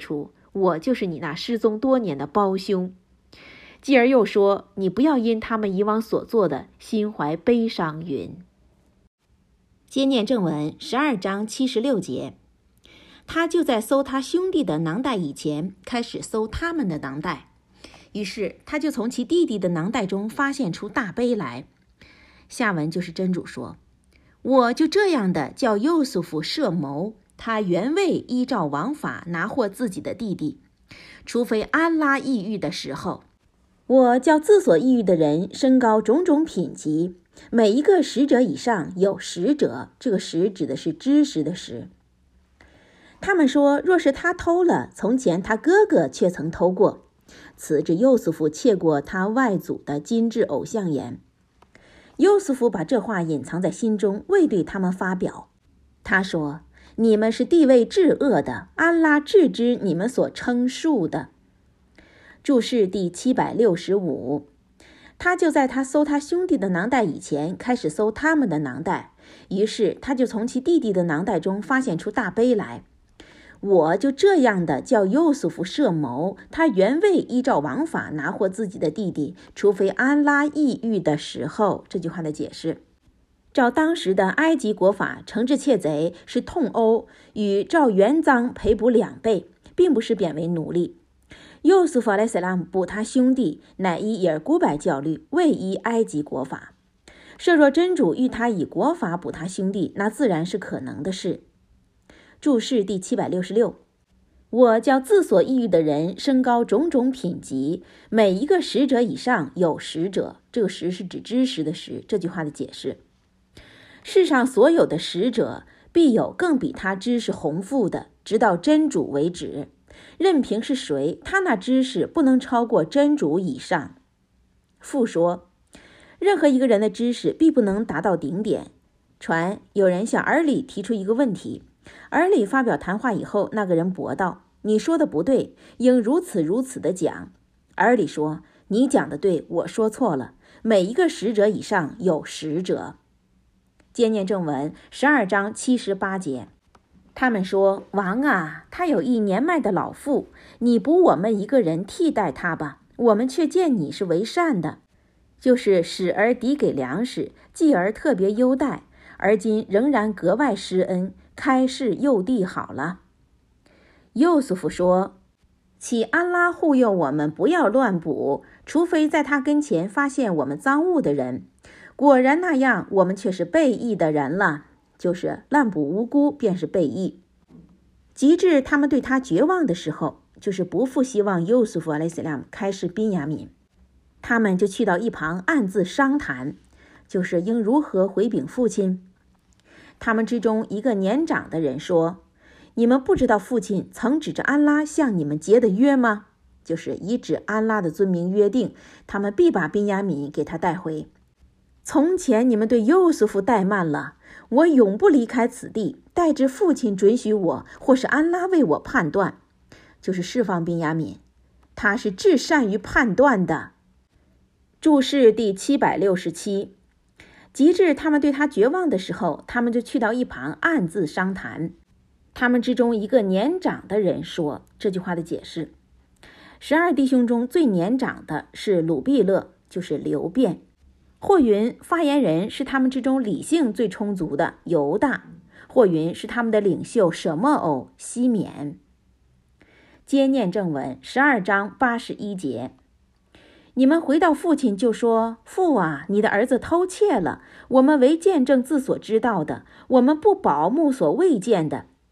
S2: 继而又说：我就说你不要因他们以往所做的心怀悲伤云。接念正文十二章七十六节。他就在搜他兄弟的囊袋以前开始搜他们的囊袋，于是他就从其弟弟的囊袋中发现出大杯来。下文就是真主说：我就这样的叫优素夫设谋，他原未依照王法拿获自己的弟弟，除非安拉抑郁的时候。我叫自所抑郁的人身高种种品级，每一个使者以上有使者，这个使指的是知识的识。他们说，若是他偷了，从前他哥哥却曾偷过。此指优素夫窃过他外祖的金制偶像言。优素夫把这话隐藏在心中，未对他们发表。他说：你们是地位至恶的，安拉自知你们所称述的。注释第七百六十五。他就在他搜他兄弟的囊袋以前开始搜他们的囊袋，于是他就从其弟弟的囊袋中发现出大杯来。我就这样的叫优素夫设谋，他原未依照王法拿获自己的弟弟，除非安拉抑郁的时候。这句话的解释，照当时的埃及国法，惩治窃贼是痛殴，与照原赃赔补两倍，并不是贬为奴隶。优素夫 ·a·······················································································································为依埃及国法，未依埃及国法。设真主欲他以国法补他兄弟，那自然是可能的事。注释第七百六十六。我叫自所抑郁的人身高种种品级，每一个使者以上有使者，这个使是指知识的识。这句话的解释，世上所有的使者必有更比他知识宏富的，直到真主为止。任凭是谁，他那知识不能超过真主以上。复说，任何一个人的知识必不能达到顶点。传有人向尔里提出一个问题，尔里发表谈话以后，那个人驳道：你说的不对，应如此如此的讲。尔里说：你讲的对，我说错了，每一个使者以上有使者。接念正文十二章七十八节。他们说：王啊，他有一年迈的老妇，你补我们一个人替代他吧，我们却见你是为善的，就是使而抵给粮食，继而特别优待，而今仍然格外施恩，开示诱地好了。优素夫说：岂安拉护佑我们不要乱补，除非在他跟前发现我们赃物的人。果然那样，我们却是悖逆的人了，就是滥捕无辜便是悖逆。及至他们对他绝望的时候，就是不复希望优素夫 ·a···········································································································25 他们就去到一旁暗自商谈，就是已指如何应如何回禀父亲。他们之中一个年长的人说：你们不知道父亲曾指着安拉向你们结的约吗？就是以指安拉的尊名约定，他们必把宾雅悯给他带回。从前你们对优素夫怠慢了，我永不离开此地，待至父亲准许我，或是安拉为我判断，就是释放宾雅悯，他是至善于判断的。注释第七百六十七。及至他们对他绝望的时候，他们就去到一旁暗自商谈。他们之中一个年长的人说，这句话的解释，十二弟兄中最年长的是鲁毕勒，就是流辩。或云发言人是他们之中理性最充足的犹大，或云是他们的领袖舍莫欧西缅。接念正文十二章八十一节。你们回到父亲就说：父啊，你的儿子偷窃了，我们为见证自所知道的，我们不保目所未见的。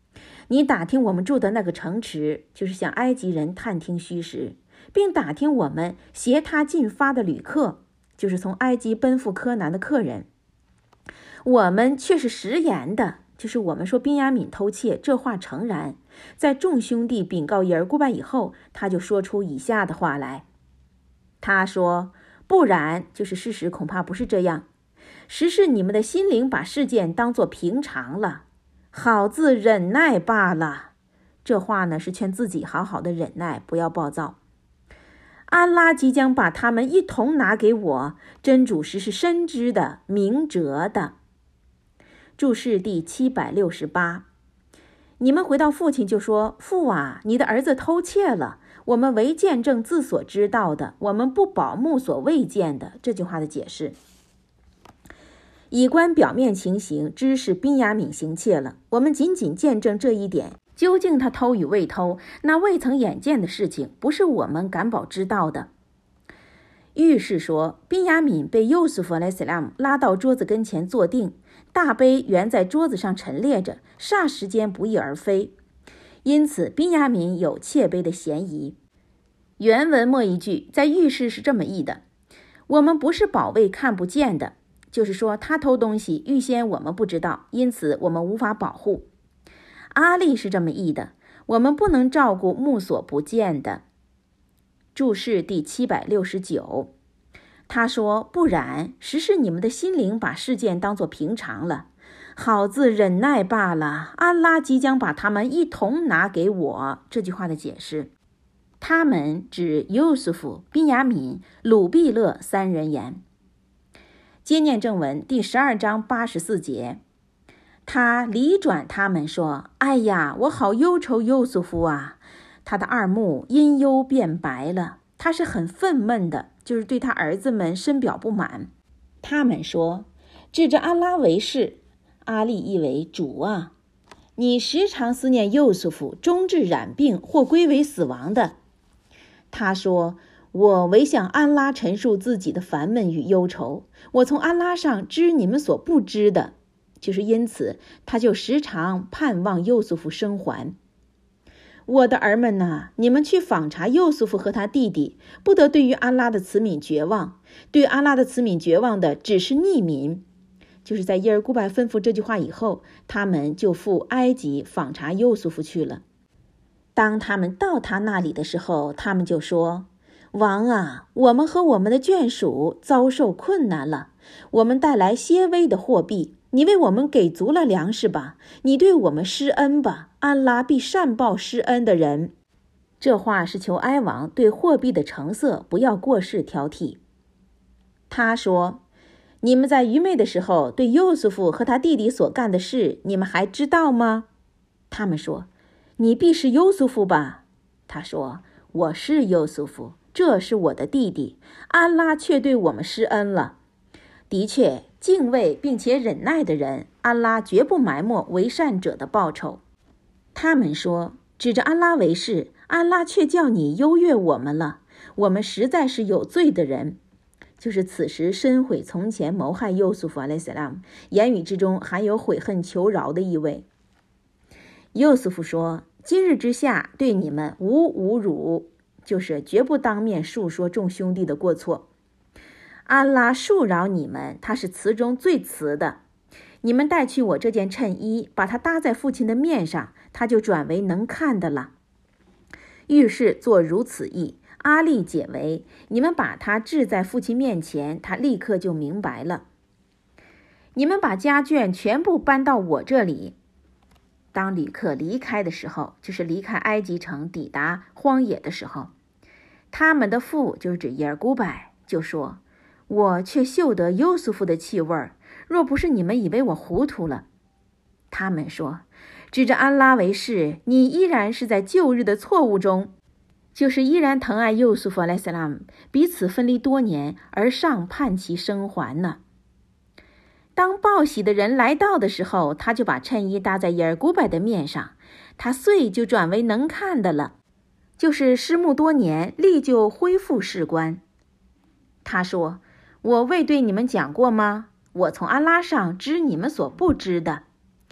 S2: 你打听我们住的那个城池，就是向埃及人探听虚实，并打听我们携他进发的旅客，就是从埃及奔赴柯南的客人。我们却是食言的，就是我们说宾雅悯偷窃，这话诚然。在众兄弟禀告耶尔古拜以后，他就说出以下的话来。他说，不然，就是事实恐怕不是这样。实是你们的心灵把事件当作平常了，好自忍耐罢了。这话呢，是劝自己好好的忍耐，不要暴躁。安拉即将把他们一同拿给我，真主实是深知的，明哲的。注释第七百六十八。你们回到父亲就说，父啊，你的儿子偷窃了，我们唯见证自所知道的，我们不保目所未见的。这句话的解释，以观表面情形，知是宾雅悯行窃了，我们仅仅见证这一点，究竟他偷与未偷，那未曾眼见的事情，不是我们敢保知道的。预示说，宾雅悯被优素夫来斯拉姆拉到桌子跟前坐定，大杯原在桌子上陈列着，霎时间不翼而飞，因此宾雅悯有窃杯的嫌疑。原文末一句在预示是这么译的，我们不是保卫看不见的，就是说他偷东西预先我们不知道，因此我们无法保护。阿利是这么译的，我们不能照顾目所不见的。注释第七百六十九。他说，不然，实是你们的心灵把事件当作平常了，好自忍耐罢了。安拉即将把他们一同拿给我。这句话的解释，他们指优素夫、宾雅悯、鲁毕勒三人言。接念正文第十二章八十四节。他离转他们说，哎呀，我好忧愁优素夫啊，他的二目因忧变白了，他是很愤懑的，就是对他儿子们深表不满。他们说，指着安拉为是，阿利意为主啊，你时常思念优素夫，终至染病或归为死亡的。他说，我唯向安拉陈述自己的烦闷与忧愁，我从安拉上知你们所不知的，就是因此他就时常盼望优素夫生还。我的儿们呐，你们去访查优素夫和他弟弟，不得对于安拉的慈悯绝望，对安拉的慈悯绝望的只是逆民。就是在耶尔古拜吩咐这句话以后，他们就赴埃及访查优素夫去了。当他们到他那里的时候，他们就说，王啊，我们和我们的眷属遭受困难了，我们带来些微的货币，你为我们给足了粮食吧，你对我们施恩吧，安拉必善报施恩的人。这话是求埃王对货币的成色不要过是挑剔。他说，你们在愚昧的时候对优素夫和他弟弟所干的事，你们还知道吗？他们说，你必是优素夫吧？他说，我是优素夫，这是我的弟弟，安拉却对我们施恩了。的确，敬畏并且忍耐的人，安拉绝不埋没为善者的报酬。他们说，指着安拉为是，安拉却叫你优越我们了，我们实在是有罪的人。就是此时深悔从前谋害优素夫 alayhi salam， 言语之中含有悔恨求饶的意味。优素夫说，今日之下对你们无侮辱，就是绝不当面述说众兄弟的过错。安拉恕饶你们，他是慈中最慈的。你们带去我这件衬衣，把它搭在父亲的面上，他就转为能看的了。遇事做如此意，阿利解为，你们把它置在父亲面前，他立刻就明白了。你们把家眷全部搬到我这里。当旅客离开的时候，就是离开埃及城抵达荒野的时候，他们的父，就是指耶尔古拜，就说，我却嗅得优素夫的气味，若不是你们以为我糊涂了。他们说，指着安拉为是，你依然是在旧日的错误中，就是依然疼爱优素夫 alayhi salam， 彼此分离多年，而尚盼其生还呢。当报喜的人来到的时候，他就把衬衣搭在耶尔古拜的面上，他遂就转为能看的了，就是失目多年，立就恢复视观。他说，我未对你们讲过吗？我从安拉上知你们所不知的。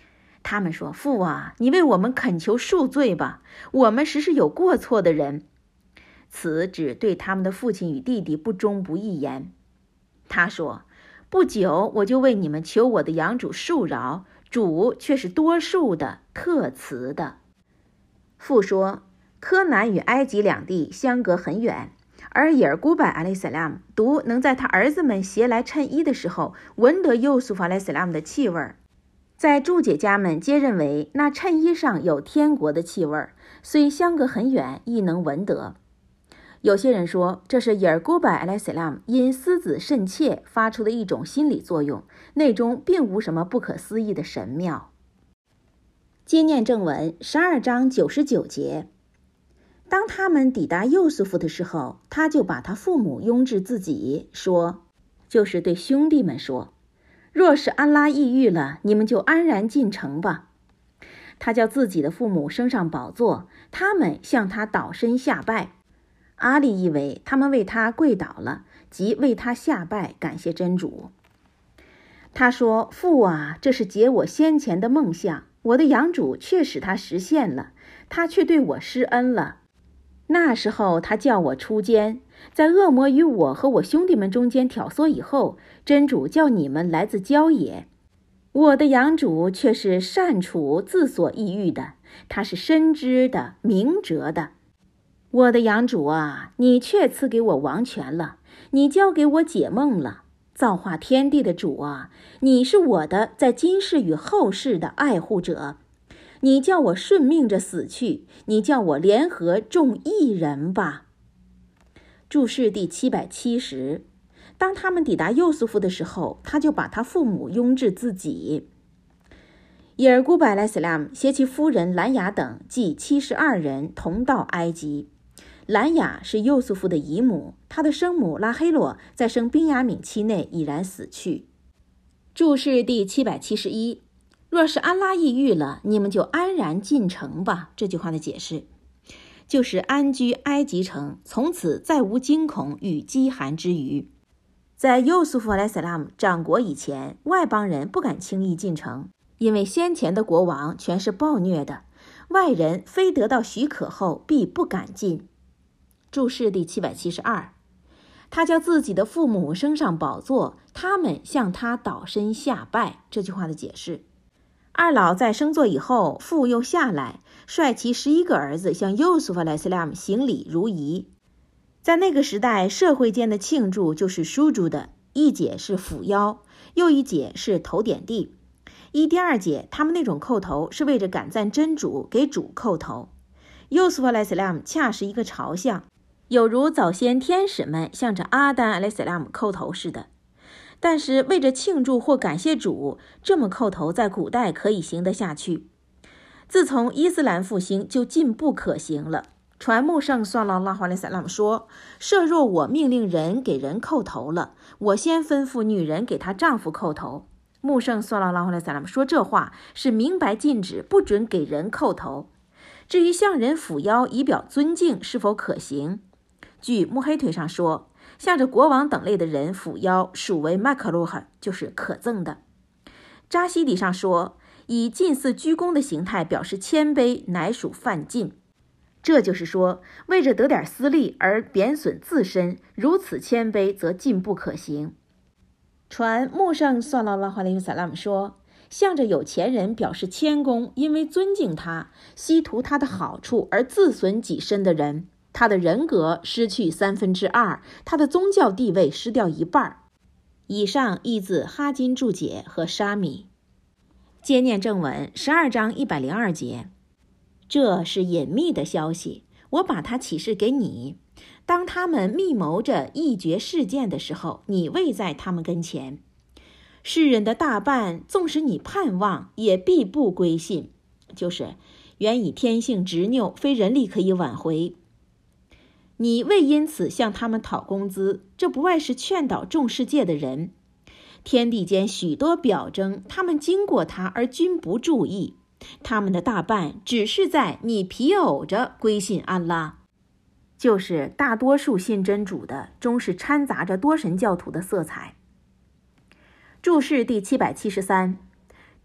S2: 他们说：父啊，你为我们恳求恕罪吧，我们实是有过错的人。此指对他们的父亲与弟弟不忠不义言。他说：不久我就为你们求我的养主恕饶，主却是多数的，特慈的。父说：柯南与埃及两地相隔很远，而伊尔古柏阿莱萨拉姆独能在他儿子们携来衬衣的时候闻得优素夫阿莱萨拉姆的气味。在注解家们皆认为那衬衣上有天国的气味，虽相隔很远亦能闻得。有些人说这是伊尔古柏阿莱萨拉姆因思子甚切发出的一种心理作用，内中并无什么不可思议的神妙。接念正文十二章九十九节。当他们抵达幼素夫的时候，他就把他父母拥至自己，说，就是对兄弟们说，若是安拉抑郁了，你们就安然进城吧。他叫自己的父母升上宝座，他们向他倒身下拜。阿里以为他们为他跪倒了，即为他下拜，感谢真主。他说，父啊，这是解我先前的梦想，我的养主却使他实现了，他却对我施恩了。那时候他叫我出监，在恶魔与我和我兄弟们中间挑唆以后，真主叫你们来自郊野。我的养主却是善处自所抑郁的，他是深知的，明哲的。我的养主啊，你却赐给我王权了，你交给我解梦了。造化天地的主啊，你是我的在今世与后世的爱护者，你叫我顺命着死去，你叫我联合众义人吧。注释第七百七十。当他们抵达幼素夫的时候，他就把他父母拥至自己。伊尔古柏莱斯拉姆携其夫人兰雅等计七十二人同到埃及。兰雅是幼素夫的姨母，她的生母拉黑洛在生宾雅悯期内已然死去。注释第七百七十一。若是安拉抑郁了，你们就安然进城吧。这句话的解释就是安居埃及城，从此再无惊恐与饥寒之余。在幼素夫阿莱萨拉姆掌国以前，外邦人不敢轻易进城，因为先前的国王全是暴虐的，外人非得到许可后必不敢进。注释第七百七十二。他叫自己的父母升上宝座，他们向他倒身下拜。这句话的解释，二老在升座以后，父又下来，率其十一个儿子向幼素夫阿莱斯拉姆行礼如仪。在那个时代，社会间的庆祝就是书珠的，一节是抚腰，又一节是头点地。一第二节，他们那种叩头是为着感赞真主，给主叩头。幼素夫阿莱斯拉姆恰是一个朝向，有如早先天使们向着阿丹阿莱斯拉姆叩头似的。但是为着庆祝或感谢主，这么叩头在古代可以行得下去。自从伊斯兰复兴就禁不可行了。传穆圣算了拉华莱萨拉姆说，设若我命令人给人叩头了，我先吩咐女人给她丈夫叩头。穆圣算了拉华莱萨拉姆说这话是明白禁止不准给人叩头。至于向人抚腰以表尊敬是否可行，据穆黑腿上说，向着国王等类的人抚腰属为麦克鲁哈，就是可憎的。扎西底上说，以近似鞠躬的形态表示谦卑，乃属犯禁。这就是说，为着得点私利而贬损自身，如此谦卑则禁不可行。传穆圣算了拉哈林萨拉姆说，向着有钱人表示谦恭，因为尊敬他，希图他的好处而自损己身的人，他的人格失去三分之二，他的宗教地位失掉一半。以上译自哈金注解和沙米。接念正文十二章一百零二节。这是隐秘的消息，我把它启示给你。当他们密谋着一决事件的时候，你未在他们跟前。世人的大半，纵使你盼望，也必不归信，就是原以天性执拗，非人力可以挽回。你未因此向他们讨工资，这不外是劝导众世界的人。天地间许多表征，他们经过他而均不注意。他们的大半只是在你皮偶着归信安拉，就是大多数信真主的，终是掺杂着多神教徒的色彩。注释第七百七十三。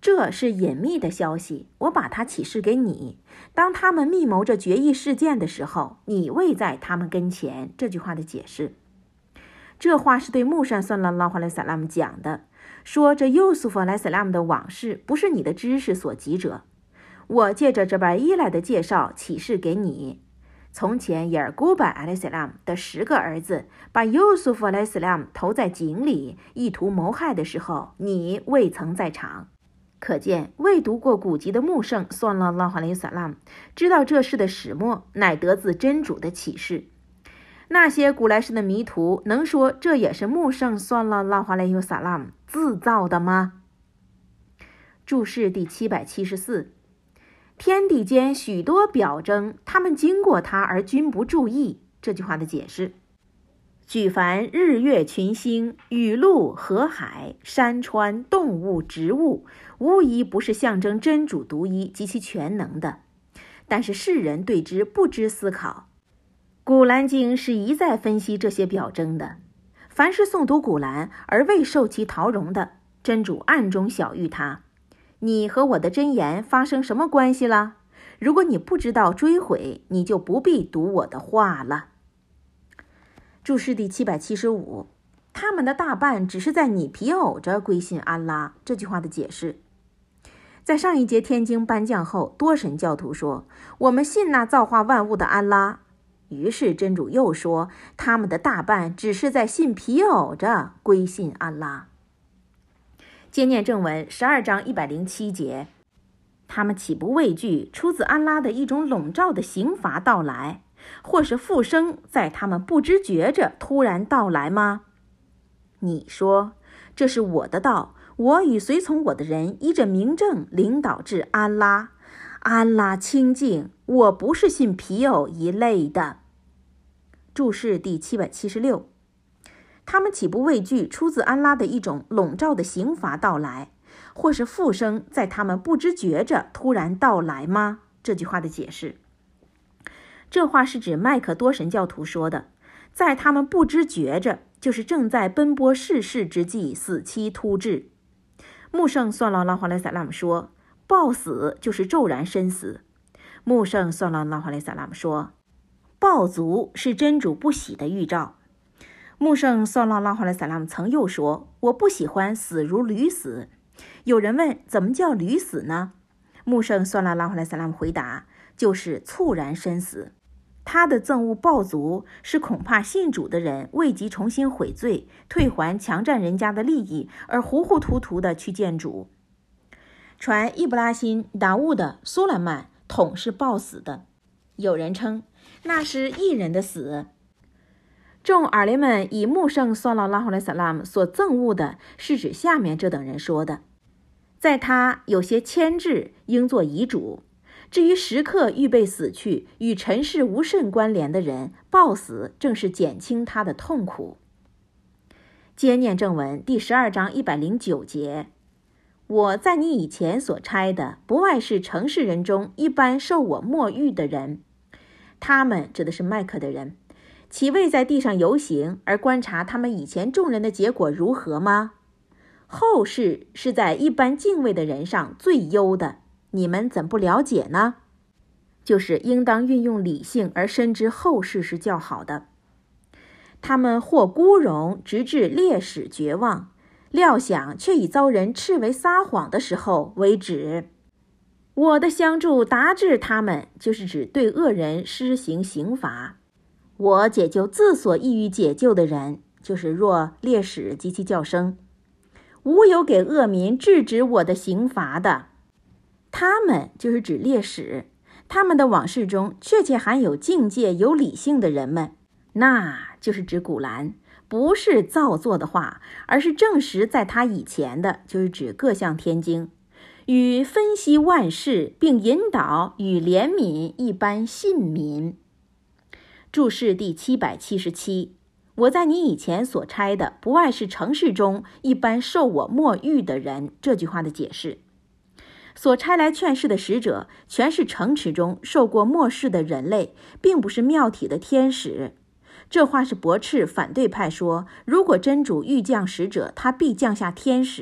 S2: 这是隐秘的消息，我把它启示给你。当他们密谋着决议事件的时候，你位在他们跟前。这句话的解释，这话是对穆萨算拉拉哈莱萨拉姆讲的，说这优素弗莱萨拉姆的往事不是你的知识所及者，我借着这本伊莱的介绍启示给你。从前耶尔古巴阿莱萨拉姆的十个儿子把优素弗莱萨拉姆投在井里，意图谋害的时候，你未曾在场。可见未读过古籍的穆圣算拉拉哈莱萨拉姆知道这事的始末乃得自真主的启示。那些古来世的迷途能说这也是穆圣算拉拉哈莱萨拉姆自造的吗？注释第七百七十四，天地间许多表征，他们经过它而均不注意。这句话的解释，举凡日月群星、雨露、河海、山川、动物、植物，无疑不是象征真主独一及其全能的，但是世人对之不知思考。古兰经是一再分析这些表征的，凡是诵读古兰而未受其陶容的，真主暗中晓谕他，你和我的真言发生什么关系了？如果你不知道追悔，你就不必读我的话了。注释第七百七十五，他们的大半只是在你皮偶着归信安拉。这句话的解释，在上一节天经颁降后，多神教徒说，我们信那造化万物的安拉。于是真主又说，他们的大半只是在信皮偶着归信安拉。接念正文十二章一百零七节，他们岂不畏惧出自安拉的一种笼罩的刑罚到来，或是复生在他们不知觉着突然到来吗？你说，这是我的道，我与随从我的人依着明证领导至安拉，安拉清净，我不是信皮偶一类的。注释第七百七十六，他们岂不畏惧出自安拉的一种笼罩的刑罚到来，或是复生在他们不知觉着突然到来吗？这句话的解释，这话是指麦克多神教徒说的，在他们不知觉着，就是正在奔波世事之际，死期突至。穆圣算拉拉哈莱萨拉姆说，暴死就是骤然身死。穆圣算拉拉哈莱萨拉姆说，暴卒是真主不喜的预兆。穆圣算拉拉哈莱萨拉姆曾又说，我不喜欢死如驴死。有人问，怎么叫驴死呢？穆圣算拉拉哈莱萨拉姆回答，就是猝然身死。他的憎恶暴卒是恐怕信主的人未及重新悔罪，退还强占人家的利益，而糊糊涂涂的去见主。传易布拉辛、达悟的、苏莱曼统是暴死的。有人称那是一人的死。众尔林们以穆圣算拉拉哈莱萨拉姆所憎恶的是指下面这等人说的，在他有些牵制，应做遗嘱。至于时刻预备死去，与尘世无甚关联的人，暴死正是减轻他的痛苦。接念正文第十二章一百零九节，我在你以前所差的，不外是城市人中一般受我墨玉的人。他们指的是麦克的人，岂未在地上游行，而观察他们以前众人的结果如何吗？后世是在一般敬畏的人上最优的，你们怎不了解呢？就是应当运用理性而深知后世是较好的。他们或孤荣，直至烈士绝望，料想却已遭人斥为撒谎的时候为止。我的相助达至他们，就是指对恶人施行刑罚。我解救自所意欲解救的人，就是若烈士及其叫声，无有给恶民制止我的刑罚的。他们就是指烈士，他们的往事中确切含有境界有理性的人们，那就是指古兰，不是造作的话，而是证实在他以前的，就是指各项天经，与分析万事并引导与怜悯一般信民。注释第七百七十七，我在你以前所差的，不外是城市中一般受我墨玉的人。这句话的解释，所差来劝世的使者，全是城池中受过末世的人类，并不是庙体的天使。这话是驳斥反对派说，如果真主欲降使者，他必降下天使。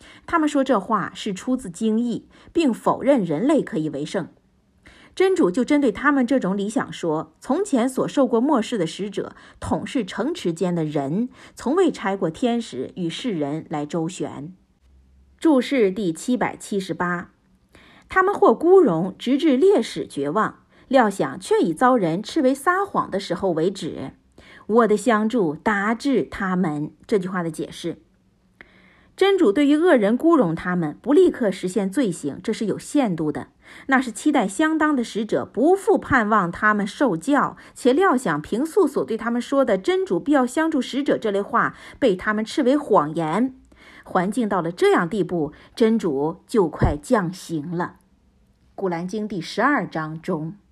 S2: 他们说这话是出自经意，并否认人类可以为圣。真主就针对他们这种理想说，从前所受过末世的使者统是城池间的人，从未差过天使与世人来周旋。注释第七百七十八，他们或孤荣直至烈士绝望，料想却已遭人斥为撒谎的时候为止。我的相助达至他们，这句话的解释，真主对于恶人孤荣他们，不立刻实现罪行，这是有限度的，那是期待相当的使者不负盼望他们受教，且料想平素所对他们说的真主必要相助使者这类话被他们斥为谎言。环境到了这样地步，真主就快降刑了。古兰经第十二章中。